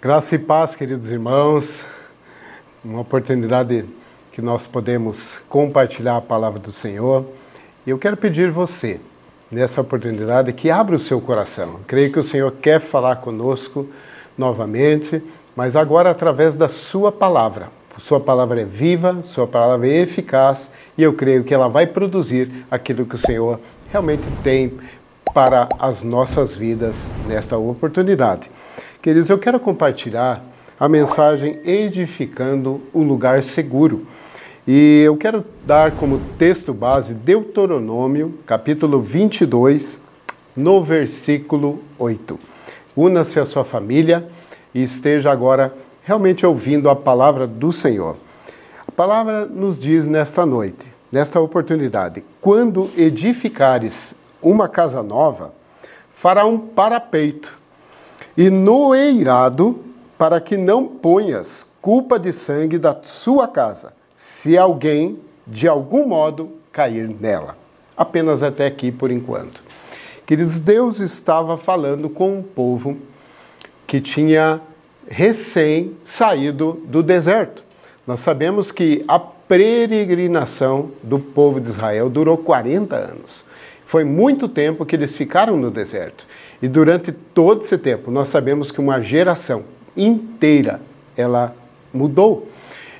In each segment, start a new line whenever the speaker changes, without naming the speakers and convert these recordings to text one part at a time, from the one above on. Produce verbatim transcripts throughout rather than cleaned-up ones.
Graça e paz, queridos irmãos, uma oportunidade que nós podemos compartilhar a palavra do Senhor. E eu quero pedir você, nessa oportunidade, que abra o seu coração. Eu creio que o Senhor quer falar conosco novamente, mas agora através da sua palavra. Sua palavra é viva, sua palavra é eficaz, e eu creio que ela vai produzir aquilo que o Senhor realmente tem para as nossas vidas nesta oportunidade. Queridos, eu quero compartilhar a mensagem Edificando o Lugar Seguro. E eu quero dar como texto base Deuteronômio, capítulo vinte e dois, no versículo oito. Una-se à sua família e esteja agora realmente ouvindo a palavra do Senhor. A palavra nos diz nesta noite, nesta oportunidade: quando edificares uma casa nova, fará um parapeito, e no eirado, para que não ponhas culpa de sangue da sua casa, se alguém, de algum modo, cair nela. Apenas até aqui por enquanto. Queridos, Deus estava falando com um povo que tinha recém saído do deserto. Nós sabemos que a peregrinação do povo de Israel durou quarenta anos. Foi muito tempo que eles ficaram no deserto. E durante todo esse tempo, nós sabemos que uma geração inteira, ela mudou.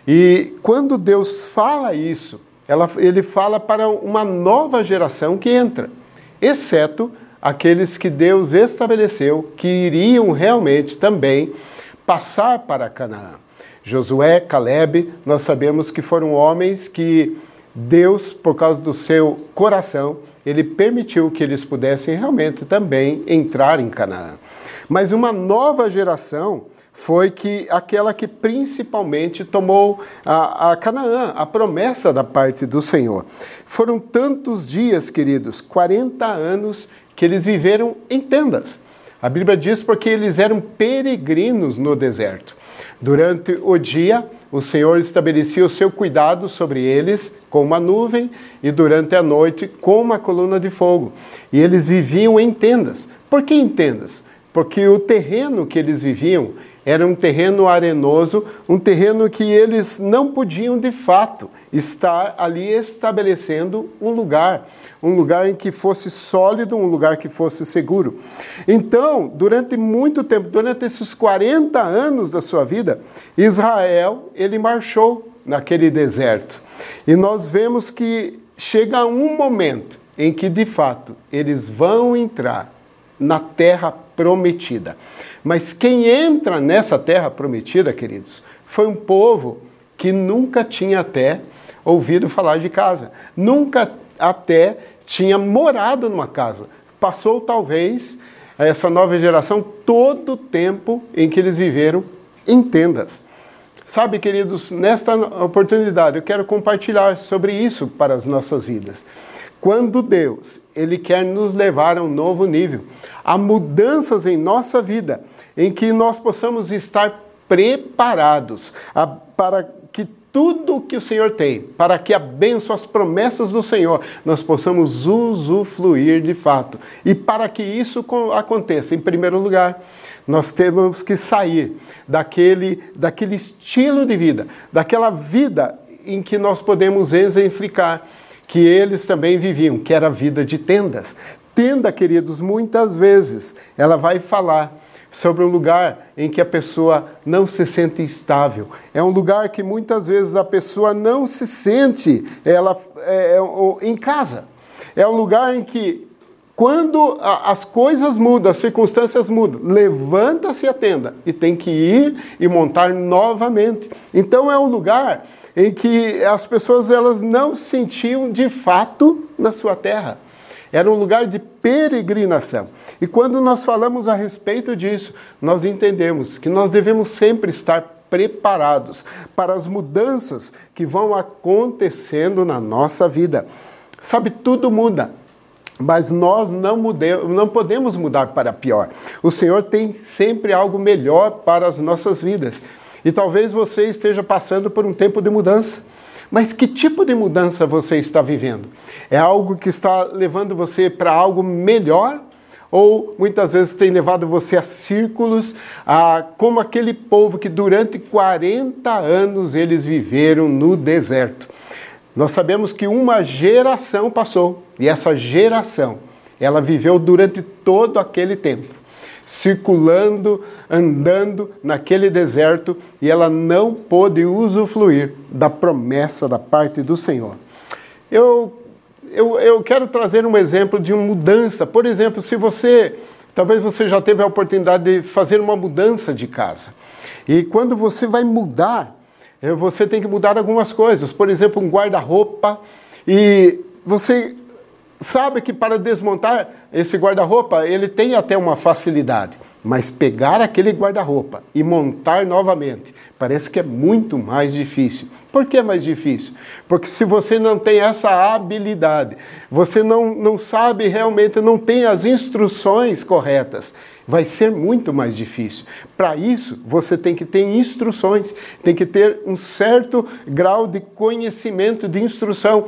E quando Deus fala isso, ela, ele fala para uma nova geração que entra, exceto aqueles que Deus estabeleceu que iriam realmente também passar para Canaã. Josué, Caleb, nós sabemos que foram homens que Deus, por causa do seu coração, ele permitiu que eles pudessem realmente também entrar em Canaã. Mas uma nova geração foi que aquela que principalmente tomou a, a Canaã, a promessa da parte do Senhor. Foram tantos dias, queridos, quarenta anos, que eles viveram em tendas. A Bíblia diz porque eles eram peregrinos no deserto. Durante o dia, o Senhor estabelecia o seu cuidado sobre eles com uma nuvem e durante a noite com uma coluna de fogo. E eles viviam em tendas. Por que em tendas? Porque o terreno que eles viviam era um terreno arenoso, um terreno que eles não podiam, de fato, estar ali estabelecendo um lugar, um lugar em que fosse sólido, um lugar que fosse seguro. Então, durante muito tempo, durante esses quarenta anos da sua vida, Israel, ele marchou naquele deserto. E nós vemos que chega um momento em que, de fato, eles vão entrar na terra prometida. Mas quem entra nessa terra prometida, queridos, foi um povo que nunca tinha até ouvido falar de casa, nunca até tinha morado numa casa. Passou, talvez, essa nova geração, todo o tempo em que eles viveram em tendas. Sabe, queridos, nesta oportunidade eu quero compartilhar sobre isso para as nossas vidas. Quando Deus, Ele quer nos levar a um novo nível, a mudanças em nossa vida, em que nós possamos estar preparados a, para que tudo que o Senhor tem, para que a bênção, as promessas do Senhor, nós possamos usufruir de fato. E para que isso aconteça, em primeiro lugar, nós temos que sair daquele, daquele estilo de vida, daquela vida em que nós podemos exemplificar que eles também viviam, que era a vida de tendas. Tenda, queridos, muitas vezes ela vai falar sobre um lugar em que a pessoa não se sente estável. É um lugar que muitas vezes a pessoa não se sente ela, é, é, em casa. É um lugar em que, quando as coisas mudam, as circunstâncias mudam, levanta-se a tenda e tem que ir e montar novamente. Então é um lugar em que as pessoas elas não se sentiam de fato na sua terra. Era um lugar de peregrinação. E quando nós falamos a respeito disso, nós entendemos que nós devemos sempre estar preparados para as mudanças que vão acontecendo na nossa vida. Sabe, tudo muda. Mas nós não, mudemos, não podemos mudar para pior. O Senhor tem sempre algo melhor para as nossas vidas. E talvez você esteja passando por um tempo de mudança. Mas que tipo de mudança você está vivendo? É algo que está levando você para algo melhor? ou muitas vezes tem levado você a círculos, a, como aquele povo que durante quarenta anos eles viveram no deserto. Nós sabemos que uma geração passou, e essa geração, ela viveu durante todo aquele tempo, circulando, andando naquele deserto, e ela não pôde usufruir da promessa da parte do Senhor. Eu, eu, eu quero trazer um exemplo de uma mudança. Por exemplo, se você, talvez você já teve a oportunidade de fazer uma mudança de casa, e quando você vai mudar, você tem que mudar algumas coisas, por exemplo, um guarda-roupa, e você sabe que para desmontar esse guarda-roupa, ele tem até uma facilidade, mas pegar aquele guarda-roupa e montar novamente, parece que é muito mais difícil. Por que é mais difícil? Porque se você não tem essa habilidade, você não, não sabe realmente, não tem as instruções corretas, vai ser muito mais difícil. Para isso, você tem que ter instruções, tem que ter um certo grau de conhecimento, de instrução,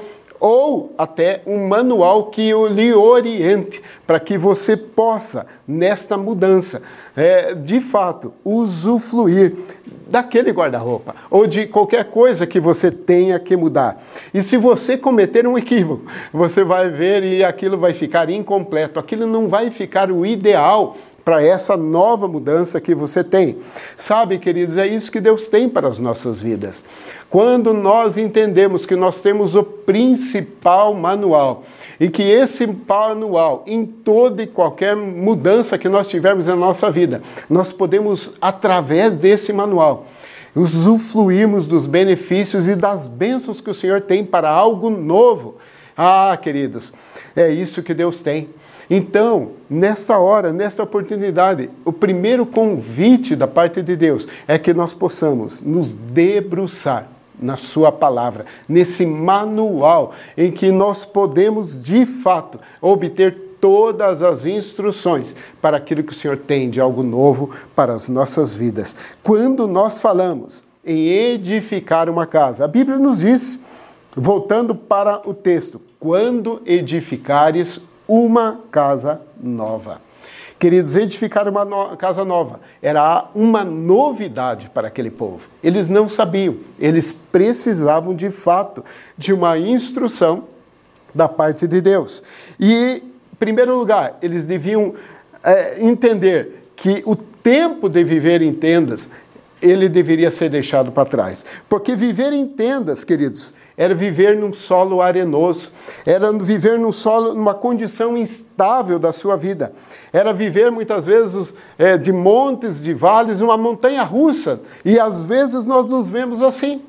ou até um manual que lhe oriente para que você possa, nesta mudança, é, de fato, usufruir daquele guarda-roupa ou de qualquer coisa que você tenha que mudar. E se você cometer um equívoco, você vai ver e aquilo vai ficar incompleto, aquilo não vai ficar o ideal para essa nova mudança que você tem. Sabe, queridos, é isso que Deus tem para as nossas vidas. Quando nós entendemos que nós temos o principal manual e que esse manual, em toda e qualquer mudança que nós tivermos na nossa vida, nós podemos, através desse manual, usufruirmos dos benefícios e das bênçãos que o Senhor tem para algo novo. Ah, queridos, é isso que Deus tem. Então, nesta hora, nesta oportunidade, o primeiro convite da parte de Deus é que nós possamos nos debruçar na sua palavra, nesse manual em que nós podemos, de fato, obter todas as instruções para aquilo que o Senhor tem de algo novo para as nossas vidas. Quando nós falamos em edificar uma casa, a Bíblia nos diz, voltando para o texto, quando edificares uma casa nova. Queridos, edificar uma no- casa nova era uma novidade para aquele povo. Eles não sabiam, eles precisavam de fato de uma instrução da parte de Deus. E, em primeiro lugar, eles deviam é, entender que o tempo de viver em tendas, ele deveria ser deixado para trás. Porque viver em tendas, queridos, era viver num solo arenoso, era viver num solo, numa condição instável da sua vida. Era viver, muitas vezes, é, de montes, de vales, uma montanha russa. E, às vezes, nós nos vemos assim,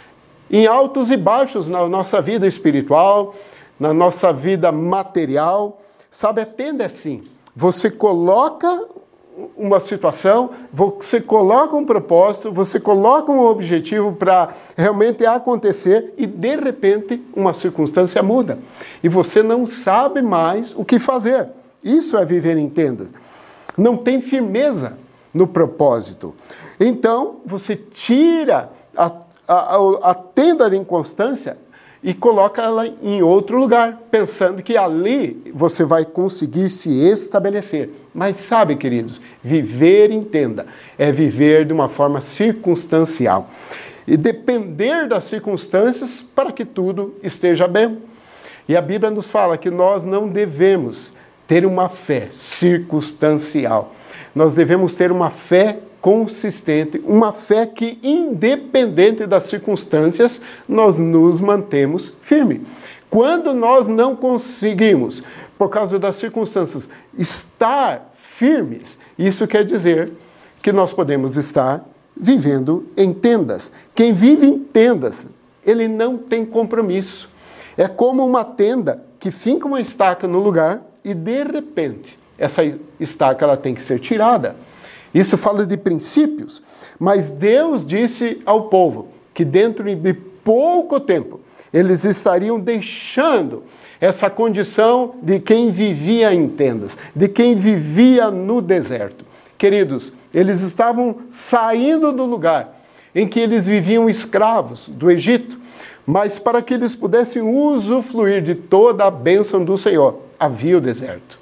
em altos e baixos na nossa vida espiritual, na nossa vida material. Sabe, a tenda é assim. Você coloca uma situação, você coloca um propósito, você coloca um objetivo para realmente acontecer e, de repente, uma circunstância muda. E você não sabe mais o que fazer. Isso é viver em tendas. Não tem firmeza no propósito. Então, você tira a, a, a tenda de inconstância e coloca ela em outro lugar, pensando que ali você vai conseguir se estabelecer. Mas sabe, queridos, viver em tenda é viver de uma forma circunstancial. E depender das circunstâncias para que tudo esteja bem. E a Bíblia nos fala que nós não devemos ter uma fé circunstancial. Nós devemos ter uma fé consistente, uma fé que, independente das circunstâncias, nós nos mantemos firmes. Quando nós não conseguimos, por causa das circunstâncias, estar firmes, isso quer dizer que nós podemos estar vivendo em tendas. Quem vive em tendas, ele não tem compromisso. É como uma tenda que finca uma estaca no lugar e, de repente, essa estaca ela tem que ser tirada. Isso fala de princípios, mas Deus disse ao povo que dentro de pouco tempo eles estariam deixando essa condição de quem vivia em tendas, de quem vivia no deserto. Queridos, eles estavam saindo do lugar em que eles viviam escravos do Egito, mas para que eles pudessem usufruir de toda a bênção do Senhor, havia o deserto.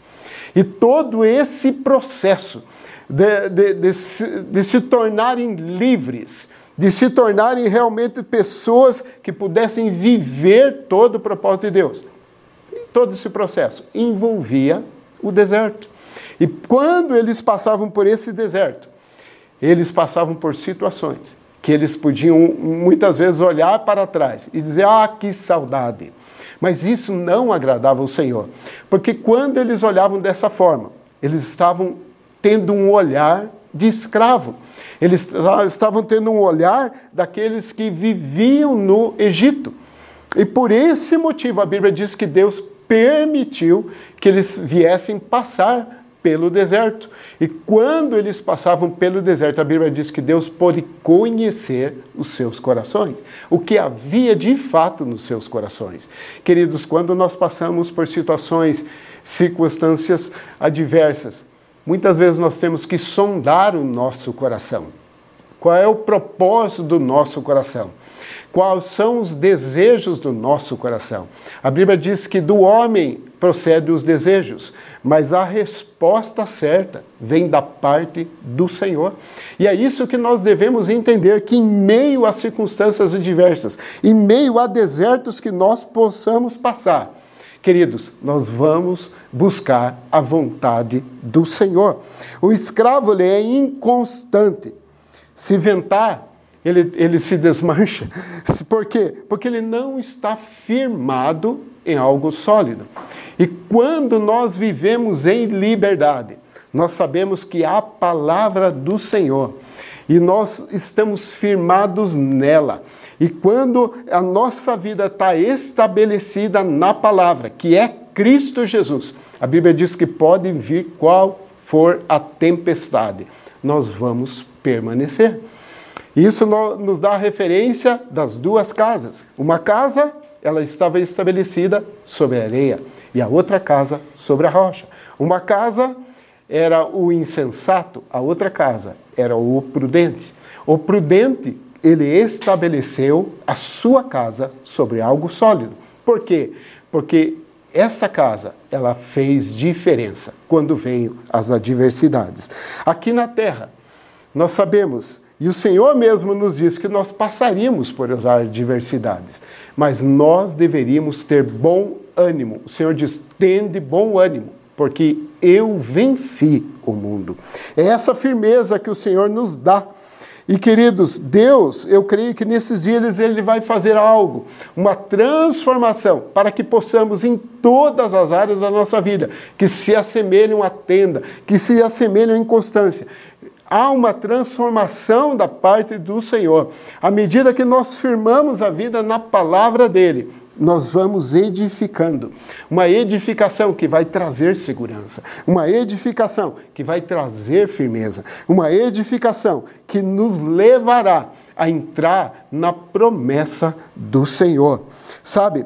E todo esse processo de, de, de, se, de se tornarem livres, de se tornarem realmente pessoas que pudessem viver todo o propósito de Deus. Todo esse processo envolvia o deserto. E quando eles passavam por esse deserto, eles passavam por situações que eles podiam muitas vezes olhar para trás e dizer, ah, que saudade. Mas isso não agradava ao Senhor, porque quando eles olhavam dessa forma, eles estavam tendo um olhar de escravo. Eles estavam tendo um olhar daqueles que viviam no Egito. E por esse motivo a Bíblia diz que Deus permitiu que eles viessem passar pelo deserto. E quando eles passavam pelo deserto, a Bíblia diz que Deus pôde conhecer os seus corações, o que havia de fato nos seus corações. Queridos, quando nós passamos por situações, circunstâncias adversas, muitas vezes nós temos que sondar o nosso coração. Qual é o propósito do nosso coração? Quais são os desejos do nosso coração? A Bíblia diz que do homem procedem os desejos, mas a resposta certa vem da parte do Senhor. E é isso que nós devemos entender, que em meio a circunstâncias adversas, em meio a desertos que nós possamos passar, queridos, nós vamos buscar a vontade do Senhor. O escravo ele é inconstante. Se ventar, ele, ele se desmancha. Por quê? Porque ele não está firmado em algo sólido. E quando nós vivemos em liberdade, nós sabemos que há a palavra do Senhor e nós estamos firmados nela. E quando a nossa vida está estabelecida na palavra, que é Cristo Jesus, a Bíblia diz que pode vir qual for a tempestade, nós vamos permanecer. Isso nos dá a referência das duas casas. Uma casa, ela estava estabelecida sobre a areia, e a outra casa sobre a rocha. Uma casa era o insensato, a outra casa era o prudente. O prudente, ele estabeleceu a sua casa sobre algo sólido. Por quê? Porque esta casa, ela fez diferença quando veio as adversidades. Aqui na terra, nós sabemos, e o Senhor mesmo nos diz que nós passaríamos por as adversidades, mas nós deveríamos ter bom ânimo. O Senhor diz, tende bom ânimo, porque eu venci o mundo. É essa firmeza que o Senhor nos dá. E, queridos, Deus, eu creio que nesses dias Ele vai fazer algo, uma transformação, para que possamos, em todas as áreas da nossa vida, que se assemelham à tenda, que se assemelham à inconstância. Há uma transformação da parte do Senhor. À medida que nós firmamos a vida na palavra dEle, nós vamos edificando. Uma edificação que vai trazer segurança. Uma edificação que vai trazer firmeza. Uma edificação que nos levará a entrar na promessa do Senhor. Sabe,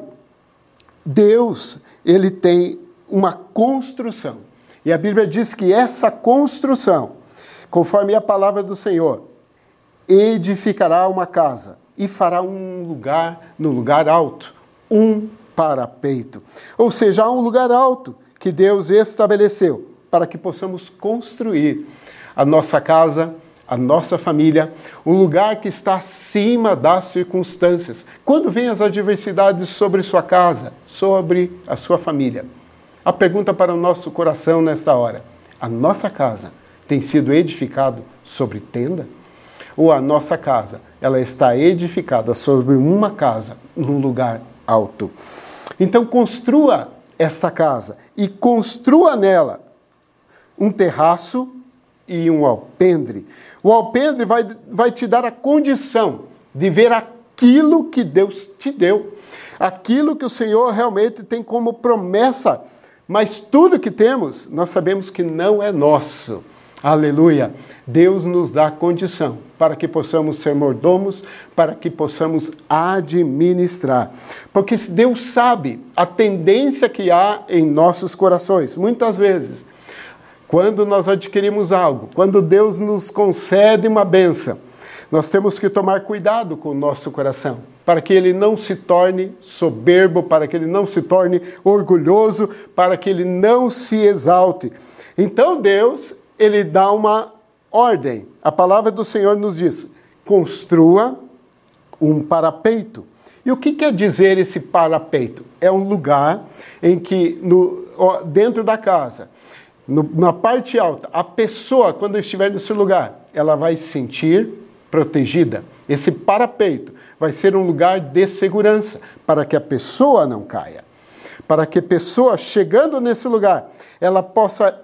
Deus, Ele tem uma construção. E a Bíblia diz que essa construção, conforme a palavra do Senhor, edificará uma casa e fará um lugar, no lugar alto, um parapeito. Ou seja, há um lugar alto que Deus estabeleceu para que possamos construir a nossa casa, a nossa família, um lugar que está acima das circunstâncias. Quando vêm as adversidades sobre sua casa, sobre a sua família, a pergunta para o nosso coração nesta hora: a nossa casa tem sido edificado sobre tenda? Ou a nossa casa, ela está edificada sobre uma casa, num lugar alto? Então construa esta casa e construa nela um terraço e um alpendre. O alpendre vai, vai te dar a condição de ver aquilo que Deus te deu, aquilo que o Senhor realmente tem como promessa, mas tudo que temos, nós sabemos que não é nosso. Aleluia! Deus nos dá condição para que possamos ser mordomos, para que possamos administrar. Porque Deus sabe a tendência que há em nossos corações. Muitas vezes, quando nós adquirimos algo, quando Deus nos concede uma bênção, nós temos que tomar cuidado com o nosso coração. para que ele não se torne soberbo, para que ele não se torne orgulhoso, para que ele não se exalte. Então Deus, ele dá uma ordem. A palavra do Senhor nos diz: construa um parapeito. E o que quer dizer esse parapeito? É um lugar em que, no, dentro da casa, no, na parte alta, a pessoa, quando estiver nesse lugar, ela vai se sentir protegida. Esse parapeito vai ser um lugar de segurança, para que a pessoa não caia. Para que a pessoa, chegando nesse lugar, ela possa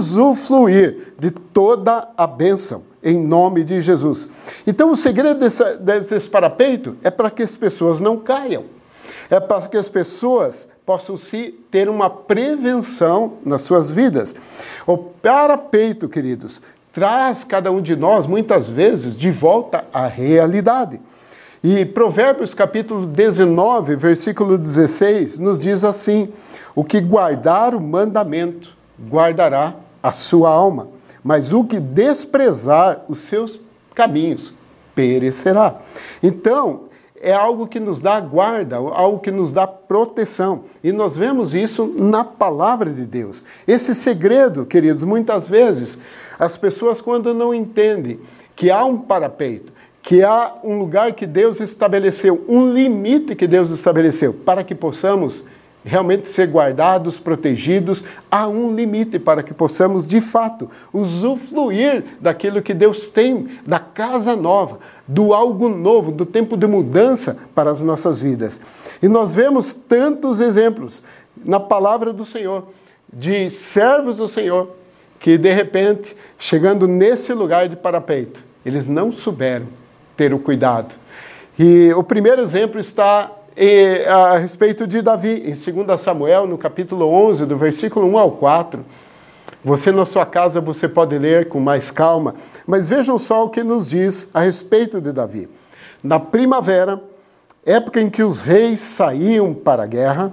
usufruir de toda a bênção, em nome de Jesus. Então, o segredo desse, desse parapeito é para que as pessoas não caiam. É para que as pessoas possam se ter uma prevenção nas suas vidas. O parapeito, queridos, traz cada um de nós, muitas vezes, de volta à realidade. E Provérbios capítulo dezenove, versículo dezesseis, nos diz assim: o que guardar o mandamento, guardará a sua alma, mas o que desprezar os seus caminhos, perecerá. Então, é algo que nos dá guarda, algo que nos dá proteção. E nós vemos isso na palavra de Deus. Esse segredo, queridos, muitas vezes, as pessoas quando não entendem que há um parapeito, que há um lugar que Deus estabeleceu, um limite que Deus estabeleceu, para que possamos realmente ser guardados, protegidos, há um limite para que possamos, de fato, usufruir daquilo que Deus tem, da casa nova, do algo novo, do tempo de mudança para as nossas vidas. E nós vemos tantos exemplos na palavra do Senhor, de servos do Senhor, que de repente, chegando nesse lugar de parapeito, eles não souberam ter o cuidado. E o primeiro exemplo está E, a respeito de Davi, em dois Samuel, no capítulo onze, do versículo um ao quatro. Você na sua casa, você pode ler com mais calma, mas vejam só o que nos diz a respeito de Davi. Na primavera, época em que os reis saíam para a guerra,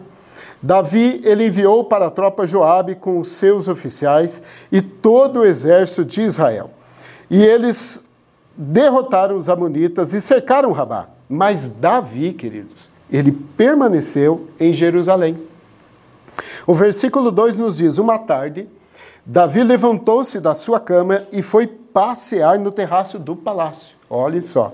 Davi ele enviou para a tropa Joabe com os seus oficiais e todo o exército de Israel. E eles derrotaram os amonitas e cercaram Rabá. Mas Davi, queridos, ele permaneceu em Jerusalém. O versículo dois nos diz: uma tarde, Davi levantou-se da sua cama e foi passear no terraço do palácio. Olha só.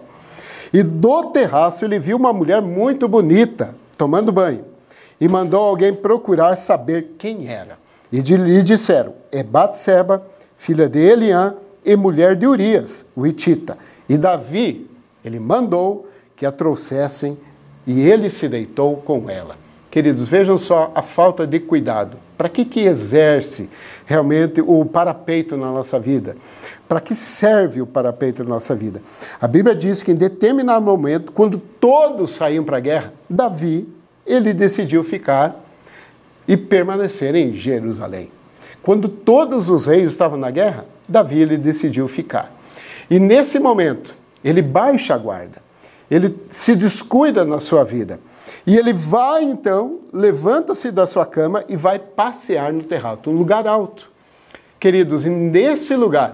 E do terraço ele viu uma mulher muito bonita, tomando banho, e mandou alguém procurar saber quem era. E lhe disseram: é Batseba, filha de Eliã e mulher de Urias, o hitita. E Davi, ele mandou que a trouxessem e ele se deitou com ela. Queridos, vejam só a falta de cuidado. Para que que exerce realmente o parapeito na nossa vida? Para que serve o parapeito na nossa vida? A Bíblia diz que em determinado momento, quando todos saíam para a guerra, Davi, ele decidiu ficar e permanecer em Jerusalém. Quando todos os reis estavam na guerra, Davi, ele decidiu ficar. E nesse momento, ele baixa a guarda. Ele se descuida na sua vida. E ele vai, então, levanta-se da sua cama e vai passear no terraço, um lugar alto. Queridos, e nesse lugar,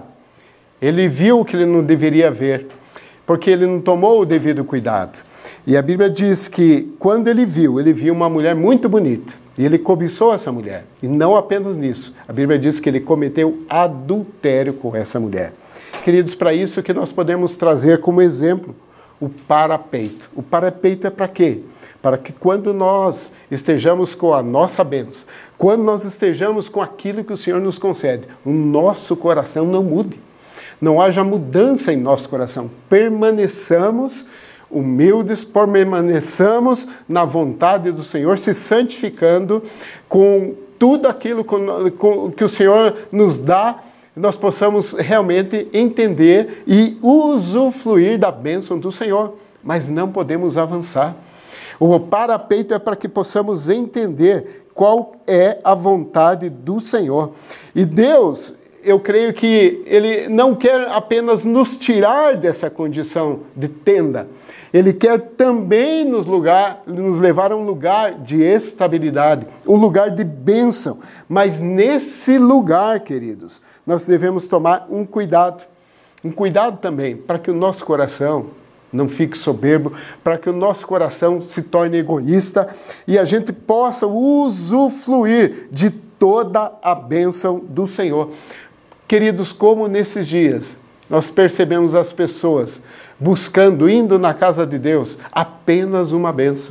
ele viu o que ele não deveria ver, porque ele não tomou o devido cuidado. E a Bíblia diz que, quando ele viu, ele viu uma mulher muito bonita. E ele cobiçou essa mulher. E não apenas nisso. A Bíblia diz que ele cometeu adultério com essa mulher. Queridos, para isso que nós podemos trazer como exemplo o parapeito. O parapeito é para quê? Para que quando nós estejamos com a nossa bênção, quando nós estejamos com aquilo que o Senhor nos concede, o nosso coração não mude. Não haja mudança em nosso coração. Permaneçamos humildes, permaneçamos na vontade do Senhor, se santificando com tudo aquilo que o Senhor nos dá, nós possamos realmente entender e usufruir da bênção do Senhor, mas não podemos avançar. O parapeito é para que possamos entender qual é a vontade do Senhor. E Deus, eu creio que Ele não quer apenas nos tirar dessa condição de tenda, Ele quer também nos, lugar, nos levar a um lugar de estabilidade, um lugar de bênção. Mas nesse lugar, queridos, nós devemos tomar um cuidado. Um cuidado também para que o nosso coração não fique soberbo, para que o nosso coração se torne egoísta e a gente possa usufruir de toda a bênção do Senhor. Queridos, como nesses dias nós percebemos as pessoas buscando, indo na casa de Deus, apenas uma bênção,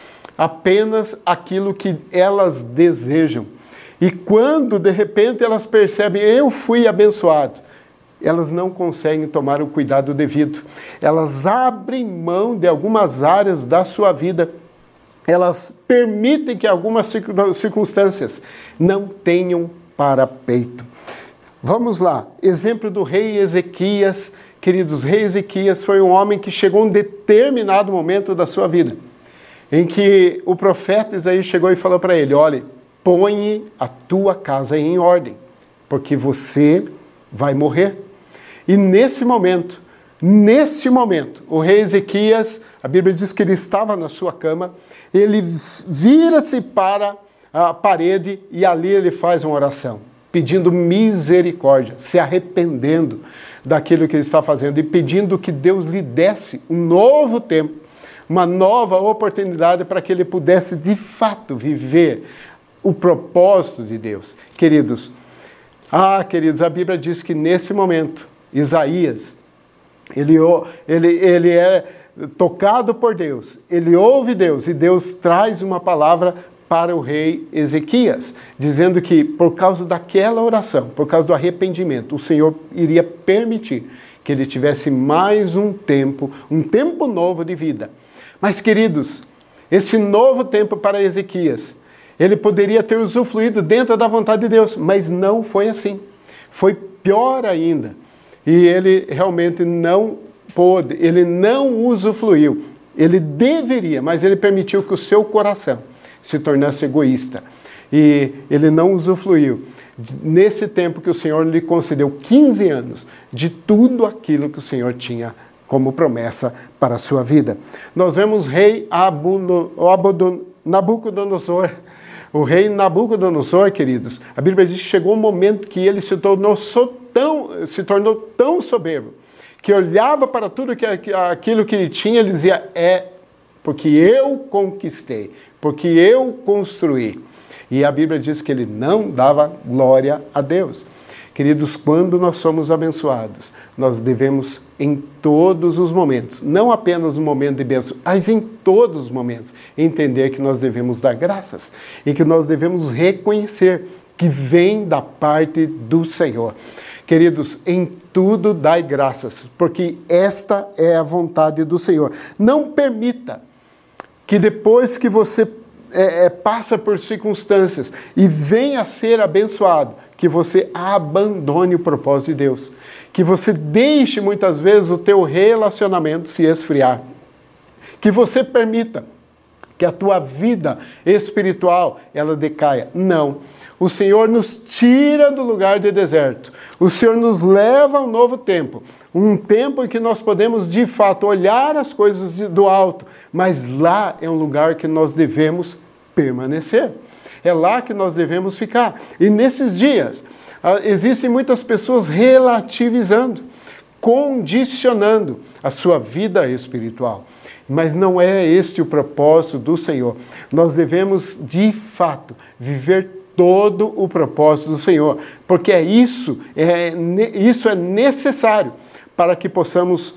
apenas aquilo que elas desejam. E quando de repente elas percebem, eu fui abençoado, elas não conseguem tomar o cuidado devido. Elas abrem mão de algumas áreas da sua vida. Elas permitem que algumas circunstâncias não tenham parapeito. Vamos lá. Exemplo do rei Ezequias. Queridos, o rei Ezequias foi um homem que chegou a um determinado momento da sua vida, em que o profeta Isaías chegou e falou para ele, olha, põe a tua casa em ordem, porque você vai morrer. E nesse momento, neste momento, o rei Ezequias, a Bíblia diz que ele estava na sua cama, ele vira-se para a parede e ali ele faz uma oração, pedindo misericórdia, se arrependendo daquilo que ele está fazendo e pedindo que Deus lhe desse um novo tempo, uma nova oportunidade para que ele pudesse de fato viver o propósito de Deus. Queridos, ah, queridos, a Bíblia diz que nesse momento, Isaías, ele, ele, ele é tocado por Deus, ele ouve Deus e Deus traz uma palavra para o rei Ezequias, dizendo que por causa daquela oração, por causa do arrependimento, o Senhor iria permitir que ele tivesse mais um tempo, um tempo novo de vida. Mas, queridos, esse novo tempo para Ezequias, ele poderia ter usufruído dentro da vontade de Deus, mas não foi assim. Foi pior ainda. E ele realmente não pôde, ele não usufruiu. Ele deveria, mas ele permitiu que o seu coração se tornasse egoísta. E ele não usufruiu, nesse tempo que o Senhor lhe concedeu quinze anos, de tudo aquilo que o Senhor tinha como promessa para a sua vida. Nós vemos o rei Nabucodonosor. O rei Nabucodonosor, queridos, a Bíblia diz que chegou um momento que ele se tornou, tão, se tornou tão soberbo, que olhava para tudo que, aquilo que ele tinha, ele dizia, é porque eu conquistei, porque eu construí. E a Bíblia diz que ele não dava glória a Deus. Queridos, quando nós somos abençoados, nós devemos em todos os momentos, não apenas no momento de bênção, mas em todos os momentos, entender que nós devemos dar graças e que nós devemos reconhecer que vem da parte do Senhor. Queridos, em tudo dai graças, porque esta é a vontade do Senhor. Não permita que depois que você é, é, passa por circunstâncias e venha a ser abençoado, que você abandone o propósito de Deus, que você deixe muitas vezes o teu relacionamento se esfriar, que você permita que a tua vida espiritual ela decaia. Não. O Senhor nos tira do lugar de deserto. O Senhor nos leva a um novo tempo. Um tempo em que nós podemos, de fato, olhar as coisas do alto. Mas lá é um lugar que nós devemos permanecer. É lá que nós devemos ficar. E nesses dias, existem muitas pessoas relativizando, condicionando a sua vida espiritual. Mas não é este o propósito do Senhor. Nós devemos, de fato, viver todo o propósito do Senhor, porque é isso, é, isso é necessário para que possamos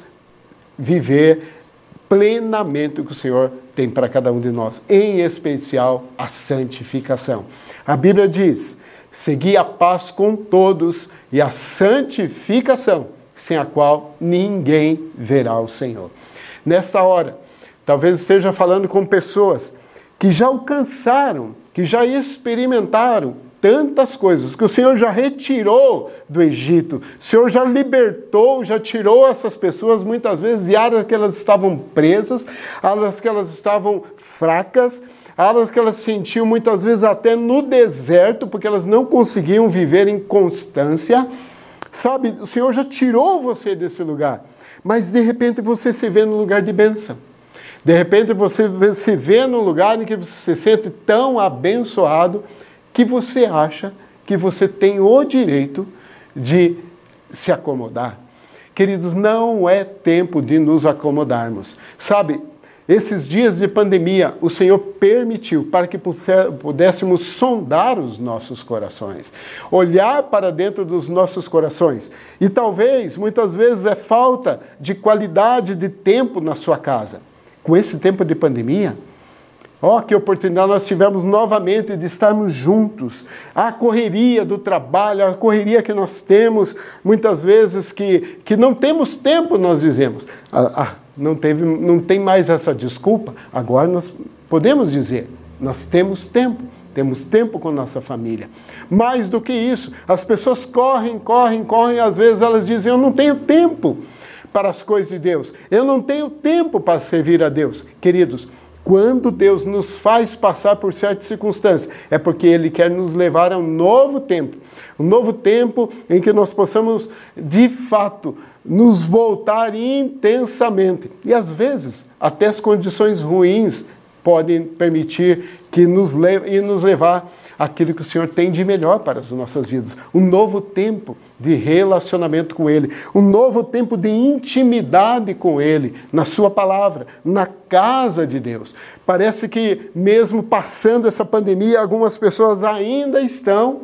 viver plenamente o que o Senhor tem para cada um de nós, em especial a santificação. A Bíblia diz, segui a paz com todos e a santificação, sem a qual ninguém verá o Senhor. Nesta hora, talvez esteja falando com pessoas que já alcançaram, que já experimentaram tantas coisas, que o Senhor já retirou do Egito, o Senhor já libertou, já tirou essas pessoas muitas vezes de áreas que elas estavam presas, áreas que elas estavam fracas, áreas que elas sentiam muitas vezes até no deserto, porque elas não conseguiam viver em constância. Sabe, o Senhor já tirou você desse lugar, mas de repente você se vê no lugar de bênção. De repente você se vê num lugar em que você se sente tão abençoado que você acha que você tem o direito de se acomodar, Queridos, não é tempo de nos acomodarmos. Sabe, esses dias de pandemia, o Senhor permitiu para que pudéssemos sondar os nossos corações, olhar para dentro dos nossos corações. E talvez, muitas vezes, é falta de qualidade de tempo na sua casa. Com esse tempo de pandemia, ó, que oportunidade nós tivemos novamente de estarmos juntos. A correria do trabalho, a correria que nós temos, muitas vezes que, que não temos tempo, nós dizemos. Ah, ah, não, teve, não tem mais essa desculpa. Agora nós podemos dizer, nós temos tempo. Temos tempo com nossa família. Mais do que isso, as pessoas correm, correm, correm. Às vezes elas dizem, eu não tenho tempo para as coisas de Deus. Eu não tenho tempo para servir a Deus. Queridos, quando Deus nos faz passar por certas circunstâncias, é porque Ele quer nos levar a um novo tempo. Um novo tempo em que nós possamos, de fato, nos voltar intensamente. E às vezes, até as condições ruins podem permitir que nos leve, e nos levar aquilo que o Senhor tem de melhor para as nossas vidas. Um novo tempo de relacionamento com Ele. Um novo tempo de intimidade com Ele, na Sua palavra, na casa de Deus. Parece que mesmo passando essa pandemia, algumas pessoas ainda estão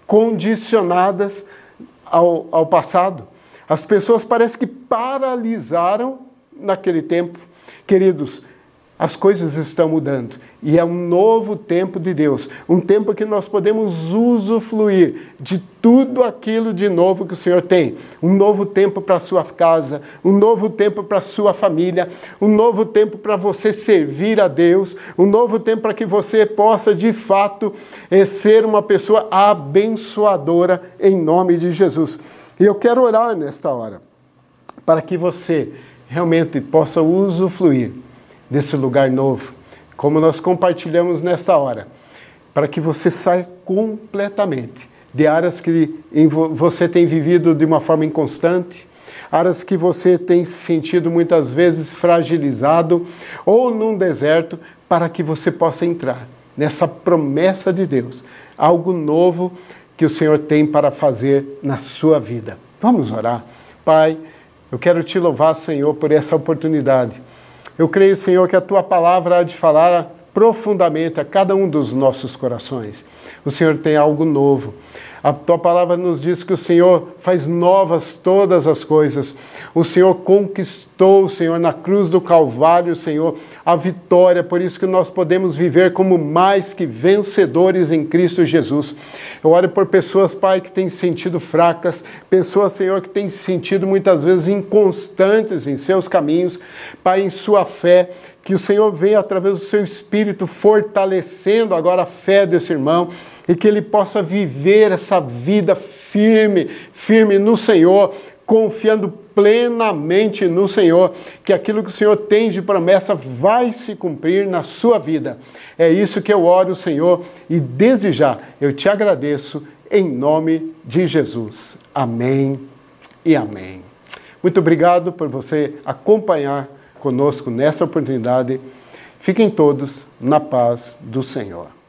condicionadas ao, ao passado. As pessoas parecem que paralisaram naquele tempo. Queridos, as coisas estão mudando e é um novo tempo de Deus, um tempo que nós podemos usufruir de tudo aquilo de novo que o Senhor tem. Um novo tempo para a sua casa, um novo tempo para a sua família, um novo tempo para você servir a Deus, um novo tempo para que você possa, de fato, ser uma pessoa abençoadora em nome de Jesus. E eu quero orar nesta hora, para que você realmente possa usufruir desse lugar novo, como nós compartilhamos nesta hora, para que você saia completamente de áreas que você tem vivido de uma forma inconstante, áreas que você tem se sentido muitas vezes fragilizado ou num deserto, para que você possa entrar nessa promessa de Deus, algo novo que o Senhor tem para fazer na sua vida. Vamos orar. Pai, eu quero te louvar, Senhor, por essa oportunidade. Eu creio, Senhor, que a Tua palavra há de falar profundamente a cada um dos nossos corações. O Senhor tem algo novo. A Tua palavra nos diz que o Senhor faz novas todas as coisas. O Senhor conquistou, Senhor, na cruz do Calvário, Senhor, a vitória. Por isso que nós podemos viver como mais que vencedores em Cristo Jesus. Eu oro por pessoas, Pai, que têm se sentido fracas, pessoas, Senhor, que têm se sentido muitas vezes inconstantes em seus caminhos, Pai, em sua fé. Que o Senhor venha, através do seu Espírito, fortalecendo agora a fé desse irmão e que ele possa viver essa vida firme, firme no Senhor, confiando plenamente no Senhor, que aquilo que o Senhor tem de promessa vai se cumprir na sua vida. É isso que eu oro, Senhor, e desde já eu te agradeço em nome de Jesus. Amém e amém. Muito obrigado por você acompanhar conosco nessa oportunidade. Fiquem todos na paz do Senhor.